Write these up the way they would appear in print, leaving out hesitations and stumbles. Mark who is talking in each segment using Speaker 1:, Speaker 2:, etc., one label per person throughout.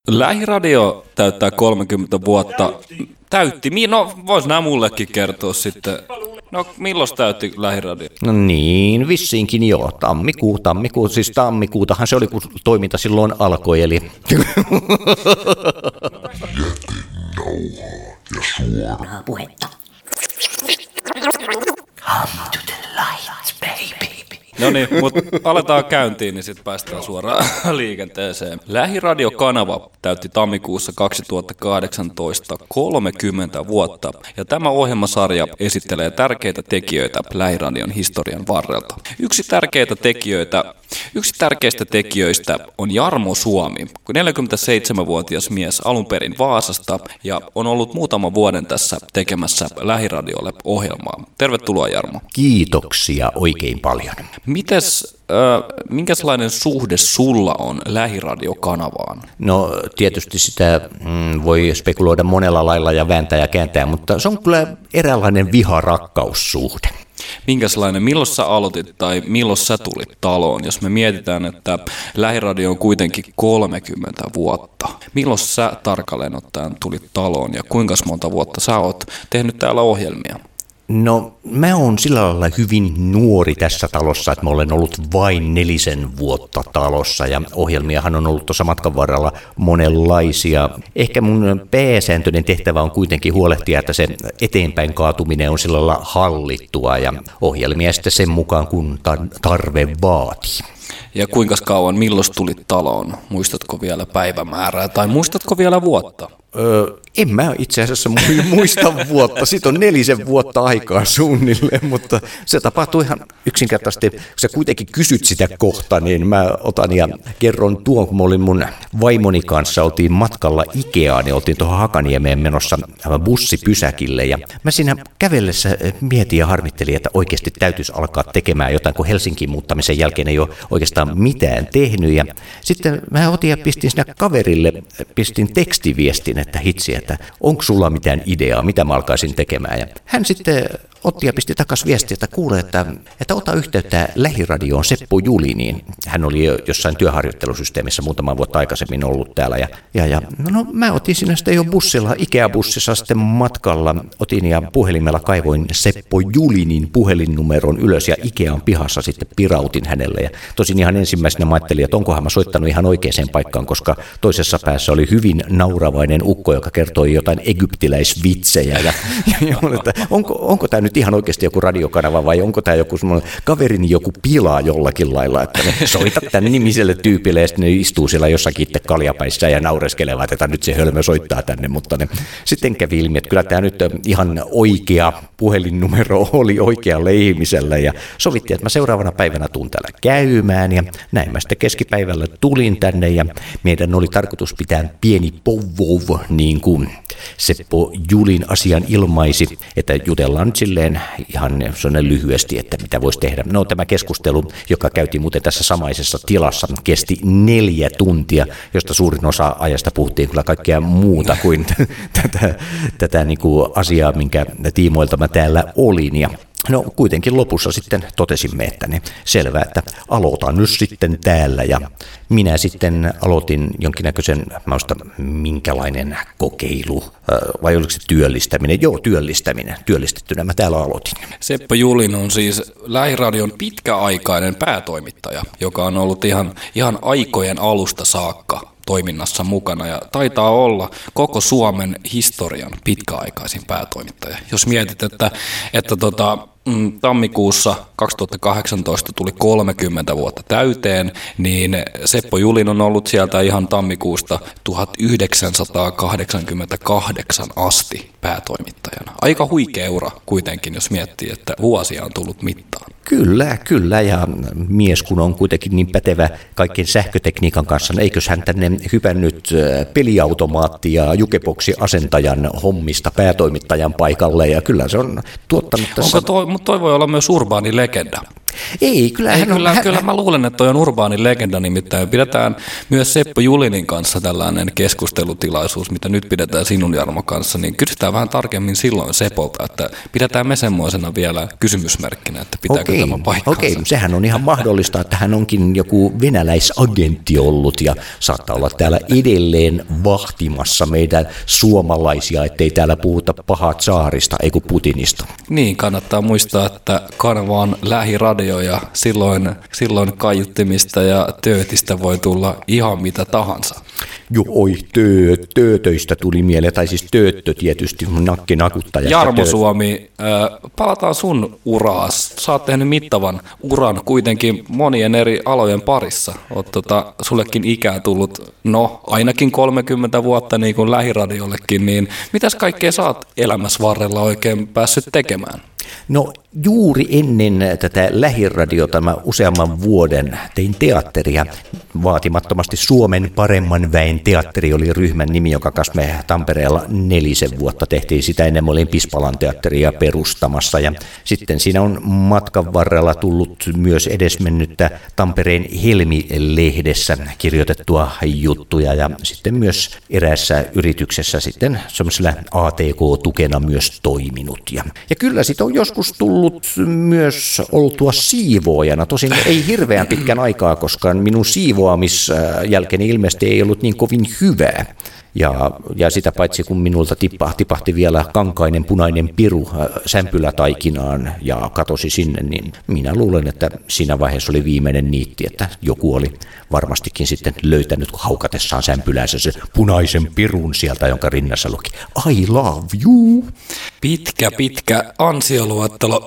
Speaker 1: Lähiradio täyttää 30 vuotta. Täytti? No, vois nää mullekin kertoa sitten. No, milloin täytti Lähiradio?
Speaker 2: No niin, vissiinkin joo. Tammikuutahan se oli, kun toiminta silloin alkoi, eli...
Speaker 3: Jätenauhaa ja suoraa
Speaker 4: puhetta.
Speaker 3: Come to the light, baby.
Speaker 1: No niin, mutta aletaan käyntiin, niin sitten päästään suoraan liikenteeseen. Lähiradio-kanava täytti tammikuussa 2018 30 vuotta, ja tämä ohjelmasarja esittelee tärkeitä tekijöitä Lähiradion historian varrelta. Yksi tärkeistä tekijöistä on Jarmo Suomi, 47-vuotias mies alun perin Vaasasta, ja on ollut muutaman vuoden tässä tekemässä Lähiradiolle ohjelmaa. Tervetuloa, Jarmo.
Speaker 2: Kiitoksia oikein paljon.
Speaker 1: Minkälainen suhde sulla on Lähiradiokanavaan?
Speaker 2: No tietysti sitä voi spekuloida monella lailla ja vääntää ja kääntää, mutta se on kyllä eräänlainen viha-rakkaussuhde.
Speaker 1: Minkälainen, milloin sä aloitit tai milloin sä tulit taloon? Jos me mietitään, että Lähiradio on kuitenkin 30 vuotta. Milloin sä tarkalleen ottaen tulit taloon ja kuinka monta vuotta sä oot tehnyt täällä ohjelmia?
Speaker 2: No mä oon sillä lailla hyvin nuori tässä talossa, että mä olen ollut vain 4 vuotta talossa ja ohjelmiahan on ollut tuossa matkan varrella monenlaisia. Ehkä mun pääsääntöinen tehtävä on kuitenkin huolehtia, että se eteenpäin kaatuminen on sillä lailla hallittua ja ohjelmia sitten sen mukaan, kun tarve vaatii.
Speaker 1: Ja kuinka kauan, milloin tulit taloon? Muistatko vielä päivämäärää tai muistatko vielä vuotta?
Speaker 2: En mä itse asiassa muista vuotta. Siitä on 4 vuotta aikaa suunnilleen, mutta se tapahtui ihan yksinkertaisesti. Kun sä kuitenkin kysyt sitä kohta, niin mä otan ja kerron tuon, kun mä olin mun vaimoni kanssa, oltiin matkalla Ikeaan ja oltiin tuohon Hakaniemeen menossa bussipysäkille. Ja mä siinä kävellessä mietin ja harmittelin, että oikeasti täytyisi alkaa tekemään jotain, kun Helsinkiin muuttamisen jälkeen ei ole oikeastaan mitään tehnyt. Ja sitten mä otin ja pistin siinä kaverille, pistin tekstiviestin, että hitsi, että onko sulla mitään ideaa, mitä mä alkaisin tekemään. Ja hän sitten otti ja pisti takaisin viestiä, että kuule, että ota yhteyttä Lähiradioon Seppo Juliniin. Hän oli jo jossain työharjoittelusysteemissä muutama vuotta aikaisemmin ollut täällä. Ja no mä otin siinä sitten jo bussilla, Ikea-bussissa sitten matkalla. Otin ja puhelimella kaivoin Seppo Julinin puhelinnumeron ylös ja Ikean pihassa sitten pirautin hänelle. Ja tosin ihan ensimmäisenä mä ajattelin, että onkohan mä soittanut ihan oikeaan paikkaan, koska toisessa päässä oli hyvin nauravainen ukko, joka kertoi jotain egyptiläisvitsejä. Ja että onko tämä nyt ihan oikeasti joku radiokanava vai onko tämä joku semmoinen kaverini joku pilaa jollakin lailla, että ne soitat tänne nimiselle tyypille ja sitten ne istuu siellä jossakin itse kaljapäissä ja naureskelevat, että nyt se hölmö soittaa tänne, mutta ne sitten kävi ilmi, että kyllä tämä nyt ihan oikea puhelinnumero oli oikealla ihmisellä ja sovittiin, että mä seuraavana päivänä tuun täällä käymään ja näin mä sitten keskipäivällä tulin tänne ja meidän oli tarkoitus pitää pieni povvov, niin kuin Seppo Julin asian ilmaisi, että jutellaan nyt silleen ihan lyhyesti, että mitä voisi tehdä. No tämä keskustelu, joka käytiin muuten tässä samaisessa tilassa, kesti 4 tuntia, josta suurin osa ajasta puhuttiin kyllä kaikkea muuta kuin tätä niin kuin asiaa, minkä tiimoilta mä täällä olin. Ja no kuitenkin lopussa sitten totesimme, että selvä, että aloitan nyt sitten täällä ja minä sitten aloitin jonkinnäköisen, mä muistan minkälainen kokeilu, vai oliko se työllistäminen? Joo, työllistettynä mä täällä aloitin.
Speaker 1: Seppo Julin on siis Lähiradion pitkäaikainen päätoimittaja, joka on ollut ihan aikojen alusta saakka toiminnassa mukana ja taitaa olla koko Suomen historian pitkäaikaisin päätoimittaja. Jos mietit, että tammikuussa 2018 tuli 30 vuotta täyteen, niin Seppo Julin on ollut sieltä ihan tammikuusta 1988 asti päätoimittajana. Aika huikea ura kuitenkin, jos miettii, että vuosia on tullut mittaan.
Speaker 2: Kyllä, ja mies kun on kuitenkin niin pätevä kaikkien sähkötekniikan kanssa, niin eikös hän tänne hypännyt peliautomaatti- ja jukeboksi-asentajan hommista päätoimittajan paikalle, ja kyllä se on tuottanut tässä...
Speaker 1: Mutta toi voi olla myös urbaani legenda.
Speaker 2: Ei, kyllä
Speaker 1: Kyllä mä luulen, että toi on urbaani legenda, nimittäin pidetään myös Seppo Julinin kanssa tällainen keskustelutilaisuus, mitä nyt pidetään sinun Jarmo kanssa, niin kysytään vähän tarkemmin silloin Sepolta, että pidetään me semmoisena vielä kysymysmerkkinä, että pitääkö tämä paikkansa.
Speaker 2: Okei, sehän on ihan mahdollista, että hän onkin joku venäläisagentti ollut ja saattaa olla täällä edelleen vahtimassa meidän suomalaisia, ettei täällä puhuta pahaa tsaarista, ei kun Putinista.
Speaker 1: Niin, kannattaa muistaa, että kanava on lähiradio ja silloin kaiuttimista ja töötistä voi tulla ihan mitä tahansa.
Speaker 2: Töötöistä tuli mieleen, tai siis tööttö tietysti, nakkinakuttajasta.
Speaker 1: Jarmo Suomi, palataan sun uraas. Sä oot tehnyt mittavan uran kuitenkin monien eri alojen parissa. Oot sullekin ikää tullut, ainakin 30 vuotta niin kuin lähiradiollekin, niin mitäs kaikkea sä oot elämässä varrella oikein päässyt tekemään?
Speaker 2: No juuri ennen tätä lähiradiota mä useamman vuoden tein teatteria. Vaatimattomasti Suomen paremman väen teatteri oli ryhmän nimi, jonka kanssa me Tampereella 4 vuotta tehtiin. Sitä ennen mä olin Pispalan teatteria perustamassa ja sitten siinä on matkan varrella tullut myös edesmennyttä Tampereen Helmi-lehdessä kirjoitettua juttuja ja sitten myös eräässä yrityksessä sitten semmoisella ATK-tukena myös toiminut. Ja kyllä sit on joskus tullut myös oltua siivoojana, tosin ei hirveän pitkän aikaa, koska minun siivoamisjälkeni ilmeisesti ei ollut niin kovin hyvää. Ja sitä paitsi kun minulta tipahti vielä kankainen punainen piru sämpylätaikinaan ja katosi sinne, niin minä luulen, että siinä vaiheessa oli viimeinen niitti, että joku oli varmastikin sitten löytänyt haukatessaan sämpyläänsä se punaisen pirun sieltä, jonka rinnassa luki I love you.
Speaker 1: Pitkä ansioluettelo.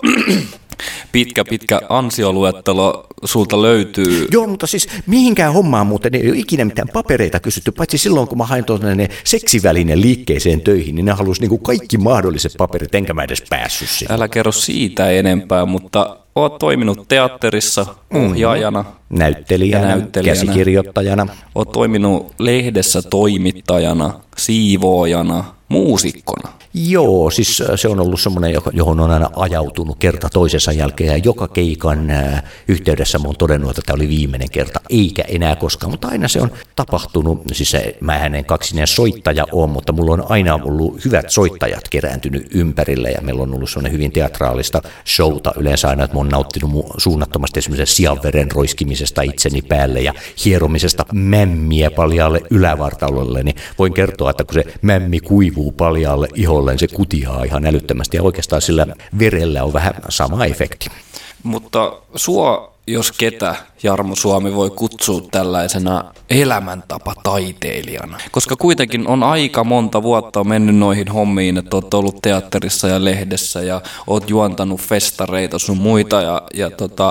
Speaker 1: Pitkä ansioluettelo sulta löytyy.
Speaker 2: Joo, mutta siis mihinkään hommaan muuten ei ole ikinä mitään papereita kysytty, paitsi silloin kun mä hain tuonne seksivälinen liikkeeseen töihin, niin ne halusi niin kuin kaikki mahdolliset paperit, enkä mä edes päässyt sinne.
Speaker 1: Älä kerro siitä enempää, mutta oot toiminut teatterissa ohjaajana,
Speaker 2: näyttelijänä, käsikirjoittajana.
Speaker 1: Oot toiminut lehdessä toimittajana, siivoojana, muusikkona.
Speaker 2: Joo, siis se on ollut semmoinen, johon on aina ajautunut kerta toisensa jälkeen ja joka keikan yhteydessä mä oon todennut, että tämä oli viimeinen kerta, eikä enää koskaan, mutta aina se on tapahtunut, siis mähän en kaksinen soittaja ole, mutta mulla on aina ollut hyvät soittajat kerääntynyt ympärille ja meillä on ollut semmoinen hyvin teatraalista showta yleensä aina, että mä oon nauttinut suunnattomasti esimerkiksi sianveren roiskimisesta itseni päälle ja hieromisesta mämmiä paljaalle ylävartalolle, niin voin kertoa, että kun se mämmi kuivuu paljaalle iholle, se kutiaa ihan älyttömästi ja oikeastaan sillä verellä on vähän sama efekti.
Speaker 1: Mutta sua, jos ketä, Jarmo Suomi voi kutsua tällaisena elämäntapataiteilijana, koska kuitenkin on aika monta vuotta mennyt noihin hommiin, että oot ollut teatterissa ja lehdessä ja oot juontanut festareita sun muita ja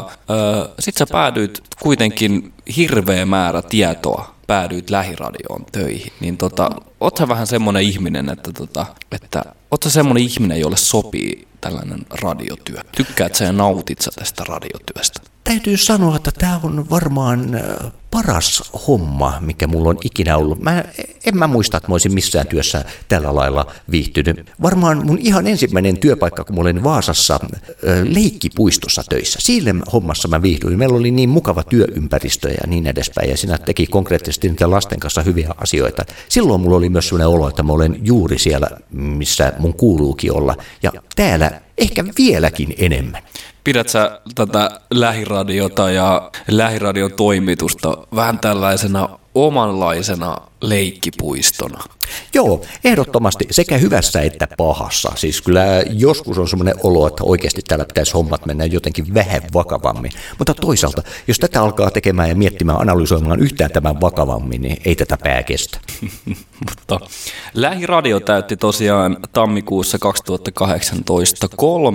Speaker 1: sit sä päädyit kuitenkin hirveä määrä tietoa. Päädyit lähiradioon töihin, niin oot sä vähän semmoinen ihminen, että oot sä semmoinen ihminen, jolle sopii tällainen radiotyö? Tykkäät sä ja nautit sä tästä radiotyöstä?
Speaker 2: Täytyy sanoa, että tämä on varmaan paras homma, mikä mulla on ikinä ollut. En mä muista, että mä olisin missään työssä tällä lailla viihtynyt. Varmaan mun ihan ensimmäinen työpaikka, kun mä olin Vaasassa leikkipuistossa töissä. Siinä hommassa mä viihdyin. Meillä oli niin mukava työympäristö ja niin edespäin. Ja siinä teki konkreettisesti niitä lasten kanssa hyviä asioita. Silloin mulla oli myös sellainen olo, että mä olen juuri siellä, missä mun kuuluukin olla. Ja täällä ehkä vieläkin enemmän.
Speaker 1: Pidät sä tätä lähiradiota ja lähiradion toimitusta vähän tällaisena omanlaisena leikkipuistona?
Speaker 2: Joo, ehdottomasti sekä hyvässä että pahassa. Siis kyllä joskus on semmoinen olo, että oikeasti täällä pitäisi hommat mennä jotenkin vähän vakavammin. Mutta toisaalta, jos tätä alkaa tekemään ja miettimään, analysoimaan yhtään tämän vakavammin, niin ei tätä pää kestä.
Speaker 1: Mutta lähiradio täytti tosiaan tammikuussa 2018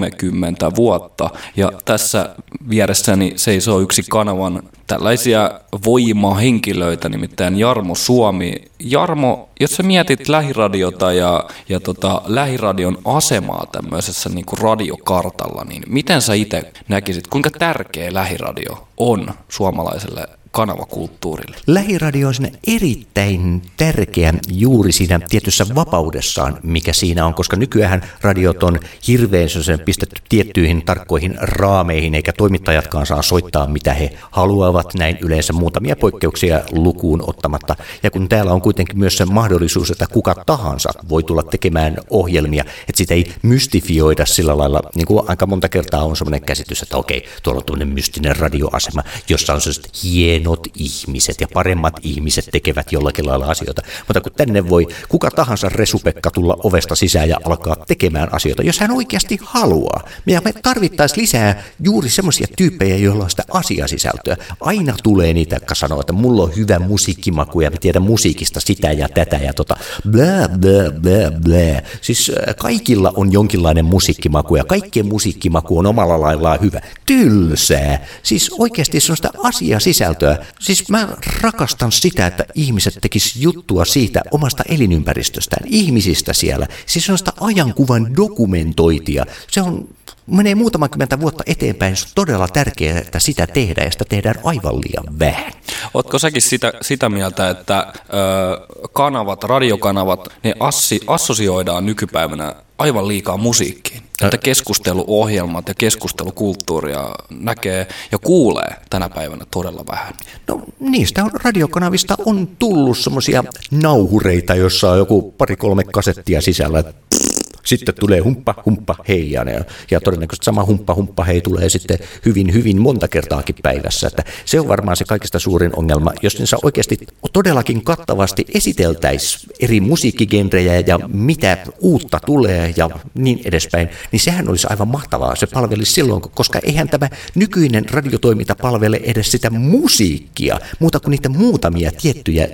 Speaker 1: 30 vuotta. Ja tässä vieressäni seisoo yksi kanavan tällaisia voimahenkilöitä, nimittäin Jarmo Suomi. Jarmo, jos sä mietit lähiradiota ja lähiradion asemaa tämmöisessä niin kuin radiokartalla, niin miten sä itse näkisit, kuinka tärkeä lähiradio on suomalaiselle kanavakulttuurille?
Speaker 2: Lähiradio on siinä erittäin tärkeä juuri siinä tietyssä vapaudessaan, mikä siinä on, koska nykyään radiot on hirveän pistetty tiettyihin tarkkoihin raameihin, eikä toimittajatkaan saa soittaa mitä he haluavat, näin yleensä muutamia poikkeuksia lukuun ottamatta. Ja kun täällä on kuitenkin myös se mahdollisuus, että kuka tahansa voi tulla tekemään ohjelmia, että sitä ei mystifioida sillä lailla, niin kuin aika monta kertaa on semmoinen käsitys, että okei, tuolla on tuollainen mystinen radioasema, jossa on sellaiset hienot ihmiset ja paremmat ihmiset tekevät jollakin lailla asioita. Mutta kun tänne voi kuka tahansa Resupekka tulla ovesta sisään ja alkaa tekemään asioita, jos hän oikeasti haluaa. Ja me tarvittaisiin lisää juuri semmoisia tyyppejä, joilla on sitä asiasisältöä. Aina tulee niitä, jotka sanoo, että mulla on hyvä musiikkimaku ja mä tiedän musiikista sitä ja tätä ja blää, blää, blää, blää. Siis kaikilla on jonkinlainen musiikkimaku ja kaikkien musiikkimaku on omalla laillaan hyvä. Tylsää. Siis oikeasti se on sitä asiasisältöä. Siis mä rakastan sitä, että ihmiset tekis juttua siitä omasta elinympäristöstään, ihmisistä siellä. Siis on sitä ajankuvan dokumentointia. Se on menee muutama kymmentä vuotta eteenpäin, se on todella tärkeää, että sitä tehdään ja sitä tehdään aivan liian vähän.
Speaker 1: Ootko säkin sitä mieltä, että kanavat, radiokanavat, ne assosioidaan nykypäivänä aivan liikaa musiikkiin? Että keskusteluohjelmat ja keskustelukulttuuria näkee ja kuulee tänä päivänä todella vähän.
Speaker 2: No niistä radiokanavista on tullut semmoisia nauhureita, jossa on joku 2-3 kasettia sisällä. Sitten tulee humppa hei ja todennäköisesti sama humppa hei tulee sitten hyvin monta kertaakin päivässä. Että se on varmaan se kaikista suurin ongelma, jos niissä oikeasti todellakin kattavasti esiteltäisiin eri musiikkigenrejä ja mitä uutta tulee ja niin edespäin, niin sehän olisi aivan mahtavaa. Se palvelisi silloin, koska eihän tämä nykyinen radiotoiminta palvele edes sitä musiikkia, muuta kuin niitä muutamia tiettyjä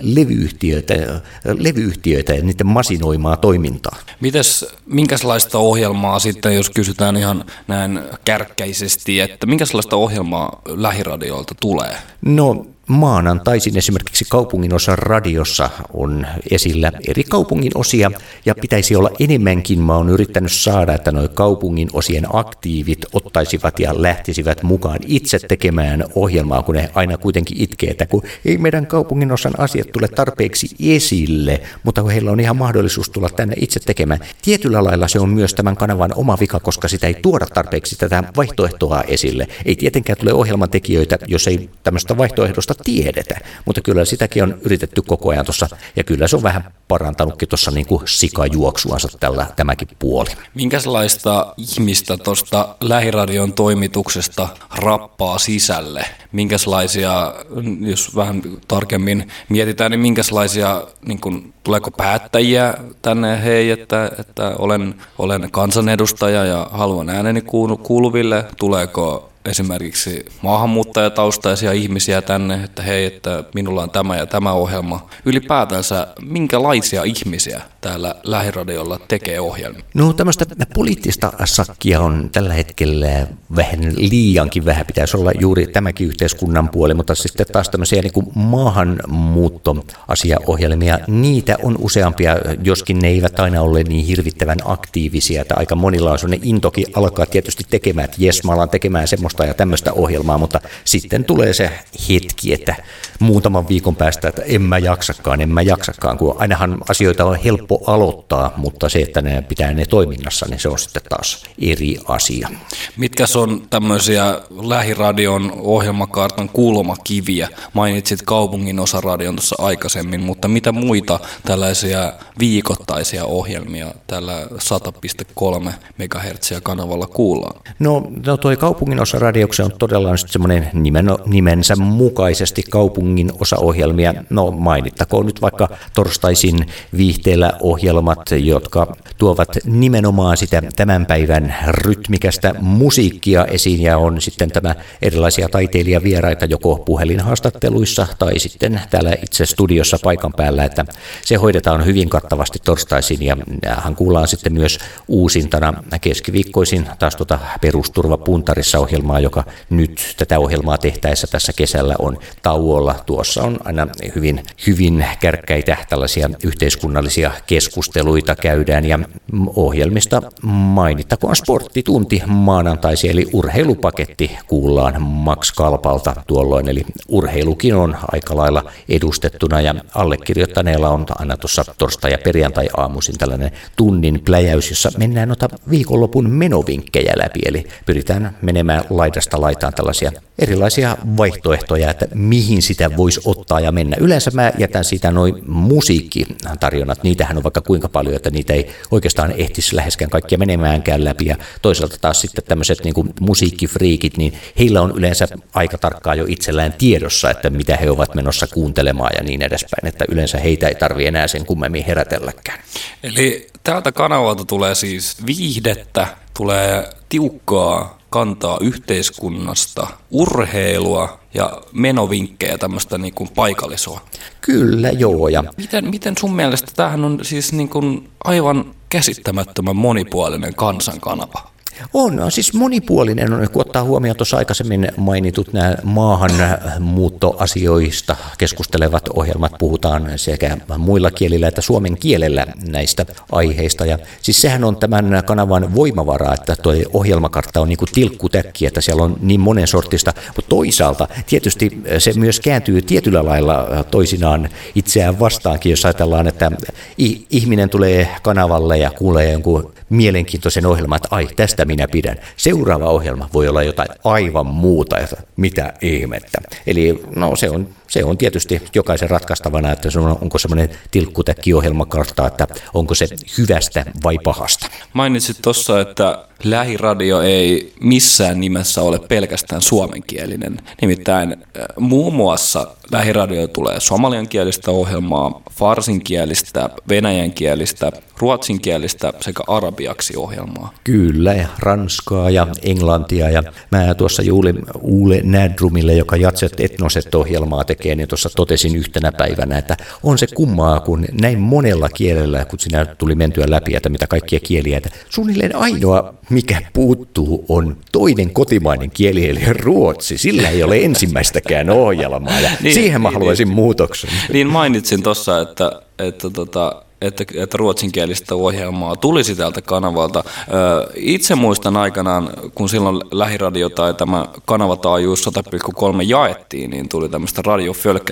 Speaker 2: levyyhtiöitä ja niiden masinoimaa toimintaa.
Speaker 1: Minkälaista ohjelmaa sitten, jos kysytään ihan näin kärkkäisesti, että minkälaista ohjelmaa lähiradiolta tulee?
Speaker 2: No maanantaisin esimerkiksi kaupunginosan radiossa on esillä eri kaupunginosia ja pitäisi olla enemmänkin. Mä oon yrittänyt saada, että nuo kaupunginosien aktiivit ottaisivat ja lähtisivät mukaan itse tekemään ohjelmaa, kun ne aina kuitenkin itkee, että kun ei meidän kaupunginosan asiat tule tarpeeksi esille, mutta kun heillä on ihan mahdollisuus tulla tänne itse tekemään. Tietyllä lailla se on myös tämän kanavan oma vika, koska sitä ei tuoda tarpeeksi tätä vaihtoehtoa esille. Ei tietenkään tule ohjelmantekijöitä, jos ei tämmöistä vaihtoehdosta tiedetä, mutta kyllä sitäkin on yritetty koko ajan tuossa, ja kyllä se on vähän parantanutkin tuossa niin kuin sikajuoksuansa tämäkin puoli.
Speaker 1: Minkälaista ihmistä tuosta lähiradion toimituksesta rappaa sisälle? Minkälaisia, jos vähän tarkemmin mietitään, niin minkälaisia, niin kuin, tuleeko päättäjiä tänne, hei, että olen kansanedustaja ja haluan ääneni kuuluville, tuleeko esimerkiksi maahanmuuttajataustaisia ihmisiä tänne, että hei, että minulla on tämä ja tämä ohjelma. Ylipäätänsä, minkälaisia ihmisiä täällä lähiradiolla tekee ohjelmia?
Speaker 2: No tämmöistä poliittista sakkia on tällä hetkellä vähän liiankin vähän. Pitäisi olla juuri tämäkin yhteiskunnan puoli, mutta sitten taas tämmöisiä niin kuin maahanmuuttoasiaohjelmia, niitä on useampia, joskin ne eivät aina ole niin hirvittävän aktiivisia, että aika monilla on sellainen intokin alkaa tietysti tekemään, että jes, mä alan tekemään semmoista ja tämmöistä ohjelmaa, mutta sitten tulee se hetki, että muutaman viikon päästä, että en mä jaksakaan, kun ainahan asioita on helppo aloittaa, mutta se, että ne pitää ne toiminnassa, niin se on sitten taas eri asia.
Speaker 1: Mitkä on tämmöisiä lähiradion ohjelmakartan kulmakiviä? Mainitsit kaupungin osaradion tuossa aikaisemmin, mutta mitä muita tällaisia viikoittaisia ohjelmia tällä 100,3 MHz kanavalla kuullaan?
Speaker 2: No toi kaupungin osaradioksi on todella semmoinen nimensä mukaisesti kaupungin osaohjelmia. No mainittakoon nyt vaikka torstaisin viihteellä ohjelmat, jotka tuovat nimenomaan sitä tämän päivän rytmikästä musiikkia esiin, ja on sitten tämä erilaisia taiteilijavieraita joko puhelinhaastatteluissa tai sitten täällä itse studiossa paikan päällä, että se hoidetaan hyvin kattavasti torstaisin, ja kuullaan sitten myös uusintana keskiviikkoisin taas perusturvapuntarissa ohjelmaa, ohjelmaa, joka nyt tätä ohjelmaa tehtäessä tässä kesällä on tauolla. Tuossa on aina hyvin kärkkäitä tällaisia yhteiskunnallisia keskusteluita käydään ja ohjelmista mainittakoon sporttitunti maanantaisi, eli urheilupaketti kuullaan Max Kalpalta tuolloin, eli urheilukin on aika lailla edustettuna ja allekirjoittaneella on aina tuossa torstai- ja perjantai-aamuisin tällainen tunnin pläjäys, jossa mennään viikonlopun menovinkkejä läpi, eli pyritään menemään laidasta laitaan tällaisia erilaisia vaihtoehtoja, että mihin sitä voisi ottaa ja mennä. Yleensä mä jätän siitä noin musiikkitarjonnat, niitähän on vaikka kuinka paljon, että niitä ei oikeastaan ehtisi läheskään kaikkia menemäänkään läpi, ja toisaalta taas sitten tämmöiset niin kuin musiikkifriikit, niin heillä on yleensä aika tarkkaan jo itsellään tiedossa, että mitä he ovat menossa kuuntelemaan ja niin edespäin, että yleensä heitä ei tarvitse enää sen kummemmin herätelläkään.
Speaker 1: Eli tältä kanavalta tulee siis viihdettä, tulee tiukkaa kantaa yhteiskunnasta, urheilua ja menovinkkejä, tämmöistä niin kuin paikallisoa.
Speaker 2: Kyllä, joo. Ja
Speaker 1: Miten sun mielestä tämähän on siis niin kuin aivan käsittämättömän monipuolinen kansankanava?
Speaker 2: On siis monipuolinen, kun ottaa huomioon tuossa aikaisemmin mainitut nämä maahanmuuttoasioista keskustelevat ohjelmat, puhutaan sekä muilla kielillä että suomen kielellä näistä aiheista. Ja siis sehän on tämän kanavan voimavara, että tuo ohjelmakartta on niin kuin tilkkutäkki, että siellä on niin monen sortista, mutta toisaalta tietysti se myös kääntyy tietyllä lailla toisinaan itseään vastaankin, jos ajatellaan, että ihminen tulee kanavalle ja kuulee jonkun mielenkiintoisen ohjelman, että ai, tästä minä pidän. Seuraava ohjelma voi olla jotain aivan muuta, mitä ihmettä. Eli no se on tietysti jokaisen ratkaistavana, että onko semmoinen tilkkutäkki-ohjelmakartta, että onko se hyvästä vai pahasta.
Speaker 1: Mainitsit tuossa, että lähiradio ei missään nimessä ole pelkästään suomenkielinen. Nimittäin muun muassa lähiradio tulee somaliankielistä ohjelmaa, farsinkielistä, venäjänkielistä, ruotsinkielistä sekä arabiaksi ohjelmaa.
Speaker 2: Kyllä, ja ranskaa ja englantia. Ja mä tuossa Uule Nädrumille, joka Jatset Etnoset-ohjelmaa tekee, niin tuossa totesin yhtenä päivänä, että on se kummaa, kun näin monella kielellä, kun siinä tuli mentyä läpi, että mitä kaikkia kieliä, että suunnilleen ainoa, mikä puuttuu, on toinen kotimainen kieli, eli ruotsi. Sillä ei ole ensimmäistäkään ohjelmaa, ja siihen mä haluaisin muutoksen.
Speaker 1: Niin mainitsin tuossa, että ruotsinkielistä ohjelmaa tulisi tältä kanavalta. Itse muistan aikanaan, kun silloin lähiradio tai tämä kanavataajuus 100,3 jaettiin, niin tuli tämmöistä Radio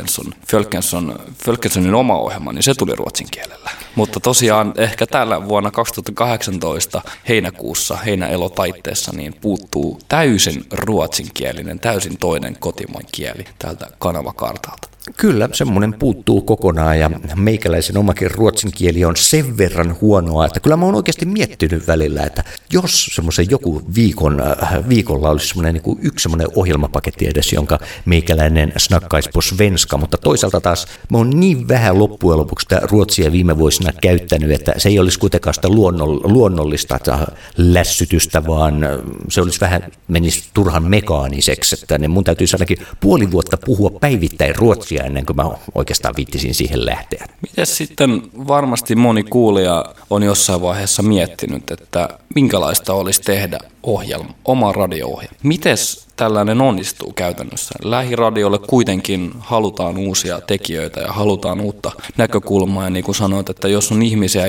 Speaker 1: Fölkenssonin oma ohjelma, niin se tuli ruotsin kielellä. Mutta tosiaan ehkä tällä vuonna 2018 heinäkuussa, heinäelotaitteessa, niin puuttuu täysin ruotsinkielinen, täysin toinen kotimaan kieli tältä kanavakartalta.
Speaker 2: Kyllä, semmoinen puuttuu kokonaan ja meikäläisen omakin ruotsin kieli on sen verran huonoa, että kyllä mä oon oikeasti miettinyt välillä, että jos semmoisen joku viikolla olisi semmoinen niin yksi semmoinen ohjelmapaketti edes, jonka meikäläinen snakkaisi på svenska, mutta toisaalta taas mä oon niin vähän loppujen lopuksi sitä ruotsia viime vuosina käyttänyt, että se ei olisi kuitenkaan sitä luonnollista lässytystä, vaan se olisi menisi turhan mekaaniseksi, että mun täytyisi ainakin puoli vuotta puhua päivittäin ruotsia ennen kuin mä oikeastaan viittisin siihen lähteä.
Speaker 1: Mites sitten varmasti moni kuulija on jossain vaiheessa miettinyt, että minkälaista olisi tehdä oma radio-ohjelma. Mites tällainen onnistuu käytännössä? Lähiradiolle kuitenkin halutaan uusia tekijöitä ja halutaan uutta näkökulmaa. Ja niin kuin sanoit, että jos on ihmisiä,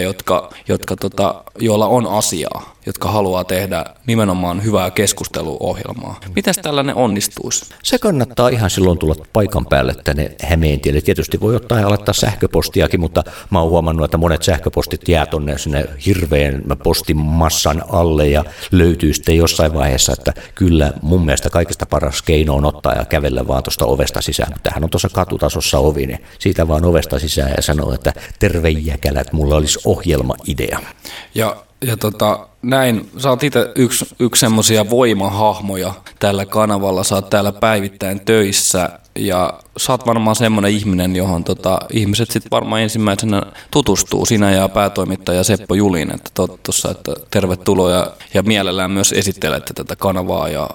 Speaker 1: joilla on asiaa, jotka haluaa tehdä nimenomaan hyvää keskusteluohjelmaa. Miten tällainen onnistuisi?
Speaker 2: Se kannattaa ihan silloin tulla paikan päälle tänne Hämeentielle. Tietysti voi ottaa ja laittaa sähköpostiakin, mutta mä oon huomannut, että monet sähköpostit jää tonne sinne hirveän postimassan alle ja löytyy sitten jossain vaiheessa, että kyllä mun mielestä kaikista paras keino on ottaa ja kävellä vaan tuosta ovesta sisään. Tämähän on tuossa katutasossa ovi, niin siitä vaan ovesta sisään ja sanoo, että terve jäkälät, mulla olisi ohjelmaidea.
Speaker 1: Ja näin, sä oot itse yksi semmoisia voimahahmoja tällä kanavalla, sä oot täällä päivittäin töissä ja sä oot varmaan semmoinen ihminen, johon ihmiset sitten varmaan ensimmäisenä tutustuu, sinä ja päätoimittaja Seppo Julin, että tuossa, että tervetuloa ja mielellään myös esittelette tätä kanavaa ja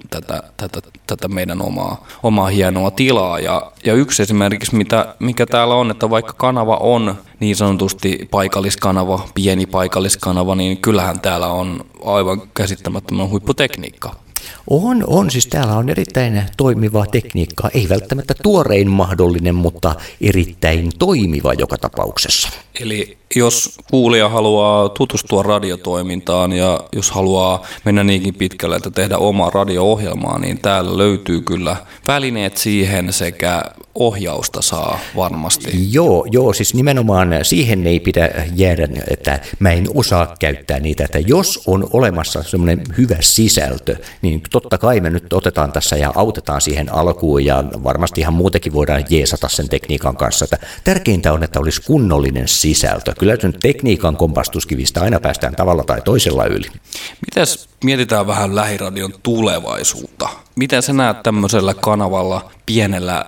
Speaker 1: tätä meidän omaa hienoa tilaa ja yksi esimerkiksi, mikä täällä on, että vaikka kanava on niin sanotusti paikalliskanava, pieni paikalliskanava, niin kyllähän täällä on aivan käsittämättömän huipputekniikka.
Speaker 2: On. Siis täällä on erittäin toimivaa tekniikkaa. Ei välttämättä tuorein mahdollinen, mutta erittäin toimiva joka tapauksessa.
Speaker 1: Eli jos kuulija haluaa tutustua radiotoimintaan ja jos haluaa mennä niinkin pitkälle, että tehdä omaa radio-ohjelmaa, niin täällä löytyy kyllä välineet siihen sekä ohjausta saa varmasti.
Speaker 2: Joo, siis nimenomaan siihen ei pidä jäädä, että mä en osaa käyttää niitä, että jos on olemassa semmoinen hyvä sisältö, niin totta kai me nyt otetaan tässä ja autetaan siihen alkuun ja varmasti ihan muutenkin voidaan jeesata sen tekniikan kanssa. Että tärkeintä on, että olisi kunnollinen sisältö. Kyllä sen tekniikan kompastuskivistä aina päästään tavalla tai toisella yli.
Speaker 1: Mitäs mietitään vähän lähiradion tulevaisuutta? Miten sä näet tämmöisellä kanavalla, pienellä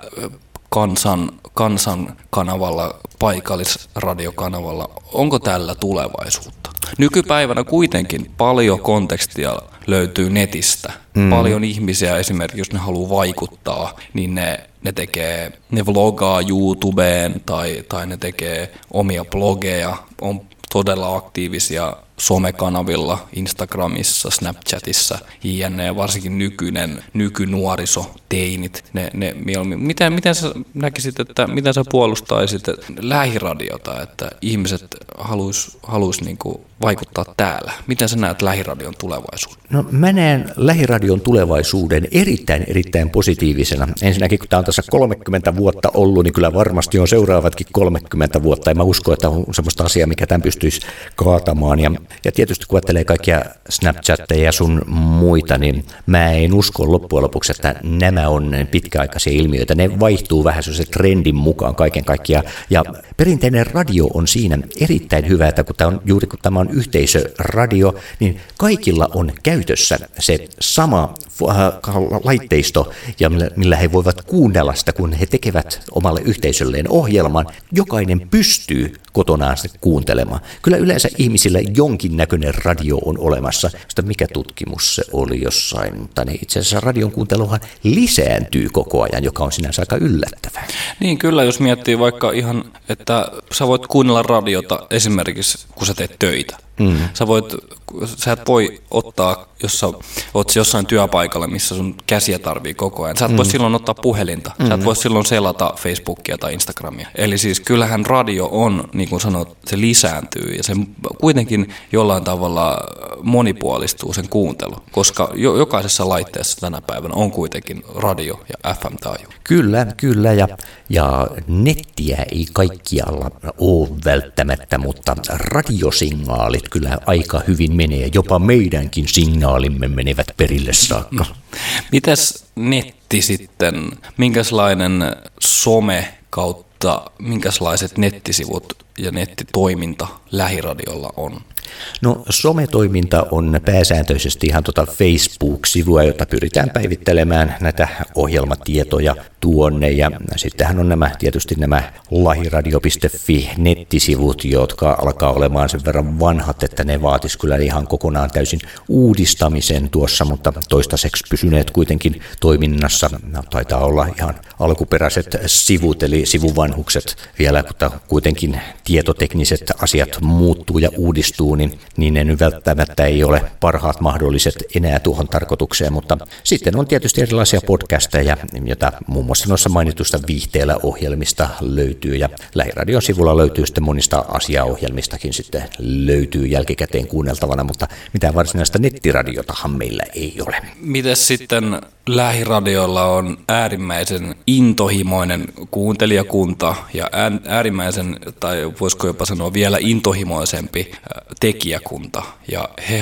Speaker 1: kansan kanavalla, paikallisradiokanavalla, onko tällä tulevaisuutta? Nykypäivänä kuitenkin paljon kontekstia löytyy netistä. Paljon ihmisiä esimerkiksi, jos ne haluaa vaikuttaa, niin ne vlogaa YouTubeen tai ne tekee omia blogeja, on todella aktiivisia somekanavilla, Instagramissa, Snapchatissa, jne. Varsinkin nykynuoriso, teinit, ne miten sä näkisit, että miten sä puolustaisit lähiradiota, että ihmiset haluais niinku vaikuttaa täällä? Miten sä näet lähiradion tulevaisuuden?
Speaker 2: No mä näen lähiradion tulevaisuuden erittäin positiivisena. Ensinnäkin kun tämä on tässä 30 vuotta ollut, niin kyllä varmasti on seuraavatkin 30 vuotta. Ja mä uskon, että on semmoista asiaa, mikä tämän pystyisi kaatamaan. Ja tietysti kun ajattelee kaikkia Snapchatteja ja sun muita, niin mä en usko loppujen lopuksi, että nämä on pitkäaikaisia ilmiöitä. Ne vaihtuu vähän se trendin mukaan kaiken kaikkiaan. Ja perinteinen radio on siinä erittäin hyvä, että kun tämä on yhteisöradio, niin kaikilla on käytössä se sama laitteisto, ja millä he voivat kuunnella sitä, kun he tekevät omalle yhteisölleen ohjelman. Jokainen pystyy kotonaan sitä kuuntelemaan. Kyllä yleensä ihmisillä jonkinnäköinen radio on olemassa. Sitä mikä tutkimus se oli jossain, mutta itse asiassa radion kuunteluhan lisääntyy koko ajan, joka on sinänsä aika yllättävää.
Speaker 1: Niin kyllä, jos miettii vaikka ihan, että sä voit kuunnella radiota esimerkiksi, kun sä teet töitä. Sä et voi ottaa, jos sä oot jossain työpaikalla, missä sun käsiä tarvii koko ajan. Sä et voi silloin ottaa puhelinta. Sä et voi silloin selata Facebookia tai Instagramia. Eli siis kyllähän radio on, niin kuin sanot, se lisääntyy ja se kuitenkin jollain tavalla monipuolistuu sen kuuntelu, koska jokaisessa laitteessa tänä päivänä on kuitenkin radio ja FM-taajuus.
Speaker 2: Kyllä, ja nettiä ei kaikkialla ole välttämättä, mutta radiosignaalit kyllä aika hyvin menee, jopa meidänkin signaalimme menevät perille saakka.
Speaker 1: Mitäs netti sitten, minkälainen some kautta, minkälaiset nettisivut ja nettitoiminta lähiradiolla on?
Speaker 2: No sometoiminta on pääsääntöisesti ihan Facebook-sivua, jota pyritään päivittelemään näitä ohjelmatietoja tuonne. Ja sittenhän on tietysti nämä lahiradio.fi nettisivut, jotka alkaa olemaan sen verran vanhat, että ne vaatis kyllä ihan kokonaan täysin uudistamisen tuossa, mutta toistaiseksi pysyneet kuitenkin toiminnassa. Taitaa olla ihan alkuperäiset sivut, eli sivuvanhukset vielä, mutta kuitenkin tietotekniset asiat muuttuu ja uudistuu, niin ne nyt välttämättä ei ole parhaat mahdolliset enää tuohon tarkoitukseen, mutta sitten on tietysti erilaisia podcasteja, joita muun muassa noissa mainitusta viihteellä ohjelmista löytyy, ja lähiradion sivulla löytyy sitten monista asiaohjelmistakin sitten löytyy jälkikäteen kuunneltavana, mutta mitään varsinaista nettiradiotahan meillä ei ole.
Speaker 1: Mites sitten lähiradioilla on äärimmäisen intohimoinen kuuntelijakunta ja äärimmäisen, tai voisiko jopa sanoa vielä intohimoisempi tekijäkunta, ja he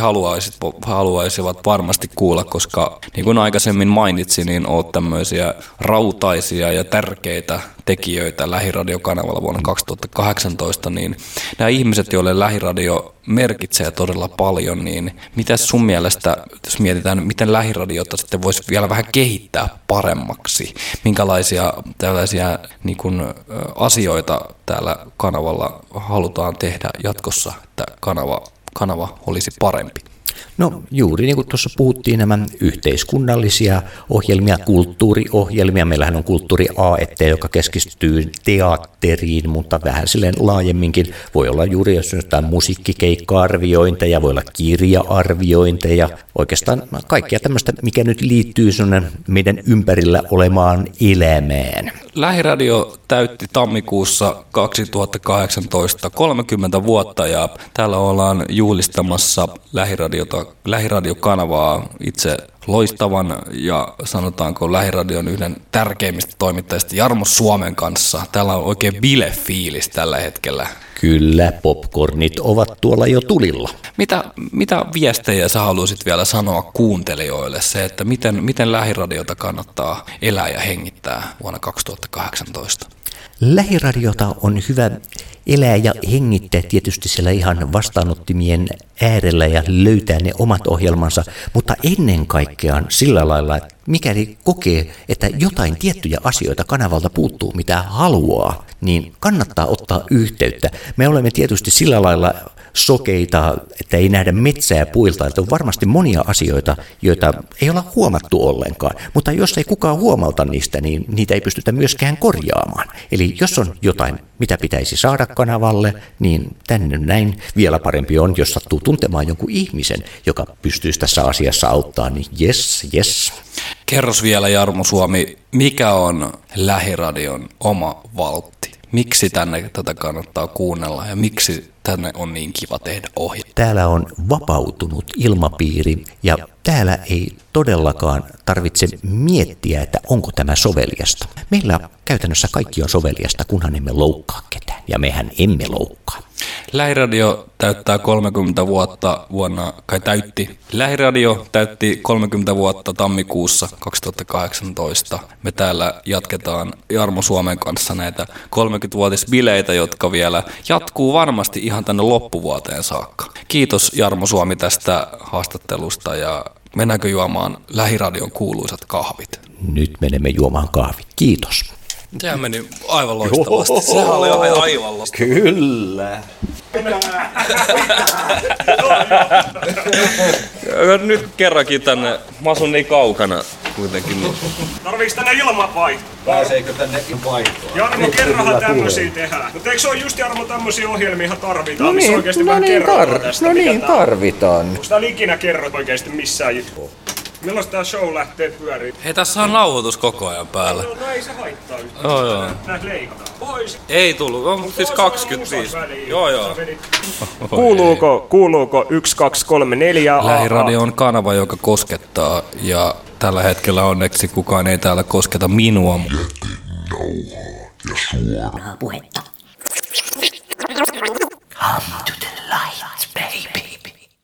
Speaker 1: haluaisivat varmasti kuulla, koska niin kuin aikaisemmin mainitsin, niin olet tämmöisiä rautaisia ja tärkeitä tekijöitä lähiradiokanavalla vuonna 2018, niin nämä ihmiset, joille lähiradio merkitsee todella paljon, niin mitä sun mielestä, jos mietitään, miten lähiradiota sitten voisi vielä vähän kehittää paremmaksi, minkälaisia tällaisia niin kuin, asioita täällä kanavalla halutaan tehdä jatkossa, että kanava olisi parempi?
Speaker 2: No juuri niin kuin tuossa puhuttiin, nämä yhteiskunnallisia ohjelmia, kulttuuriohjelmia. Meillähän on kulttuuri A&T, joka keskittyy teatteriin, mutta vähän silleen laajemminkin. Voi olla juuri jos jotain musiikkikeikka-arviointeja, voi olla kirja-arviointeja, oikeastaan kaikkea tämmöistä, mikä nyt liittyy meidän ympärillä olemaan elämään.
Speaker 1: Lähiradio täytti tammikuussa 2018 30 vuotta ja täällä ollaan juhlistamassa lähiradiokanavaa itse loistavan ja sanotaanko Lähiradion yhden tärkeimmistä toimittajista Jarmo Suomen kanssa. Täällä on oikein bilefiilis tällä hetkellä.
Speaker 2: Kyllä, popcornit ovat tuolla jo tulilla.
Speaker 1: Mitä viestejä sä haluaisit vielä sanoa kuuntelijoille se, että miten Lähiradiota kannattaa elää ja hengittää vuonna 2018?
Speaker 2: Lähiradiota on hyvä elää ja hengittää tietysti siellä ihan vastaanottimien äärellä ja löytää ne omat ohjelmansa, mutta ennen kaikkea sillä lailla, että mikäli kokee, että jotain tiettyjä asioita kanavalta puuttuu, mitä haluaa, niin kannattaa ottaa yhteyttä. Me olemme tietysti sillä lailla sokeita, että ei nähdä metsää puilta, että on varmasti monia asioita, joita ei olla huomattu ollenkaan, mutta jos ei kukaan huomauta niistä, niin niitä ei pystytä myöskään korjaamaan. Eli jos on jotain, mitä pitäisi saada kanavalle, niin tänne näin vielä parempi on, jos sattuu tuntemaan jonkun ihmisen, joka pystyisi tässä asiassa auttaa, niin yes.
Speaker 1: Kerros vielä Jarmo Suomi, mikä on Lähiradion oma valtti? Miksi tänne tätä kannattaa kuunnella ja miksi tänne on niin kiva tehdä ohjelmaa?
Speaker 2: Täällä on vapautunut ilmapiiri ja täällä ei todellakaan tarvitse miettiä, että onko tämä soveliasta. Meillä käytännössä kaikki on soveliasta, kunhan emme loukkaa ketään ja mehän emme loukkaa.
Speaker 1: Lähiradio täyttää 30 vuotta Lähiradio täytti 30 vuotta tammikuussa 2018. Me täällä jatketaan Jarmo Suomen kanssa näitä 30-vuotisbileitä, jotka vielä jatkuu varmasti ihan tänne loppuvuoteen saakka. Kiitos Jarmo Suomi tästä haastattelusta ja mennäänkö juomaan Lähiradion kuuluisat kahvit?
Speaker 2: Nyt menemme juomaan kahvit. Kiitos.
Speaker 1: Sehän meni aivan loistavasti. Sehän oli aivan loistavasti.
Speaker 2: Kyllä.
Speaker 1: Nyt kerrankin tänne. Mä asun niin kaukana kuitenkin.
Speaker 4: Tarviiks tänne ilmanvaihto?
Speaker 2: Pääseekö tänne vaihtoon?
Speaker 4: Jarmo, kerrohan tämmösiä tehdään. Mutta eikö se ole just Jarmo tämmösiä ohjelmia ihan tarvitaan, missä oikeesti vähän kerrotaan tästä?
Speaker 2: Tarvitaan.
Speaker 4: Onks täällä ikinä kerrot oikeesti missään? Milloin tää show lähtee pyöriin?
Speaker 1: Hei, tässä on nauhoitus koko ajan päällä.
Speaker 4: No ei se haittaa yhtään.
Speaker 1: Joo.
Speaker 4: Näet leikataan. Pois.
Speaker 1: Ei tullut, on siis 25. Joo.
Speaker 4: Kuuluuko 1, 2, 3, 4?
Speaker 1: Lähiradio on kanava, joka koskettaa ja tällä hetkellä onneksi kukaan ei täällä kosketa minua.
Speaker 3: Puhetta. Come to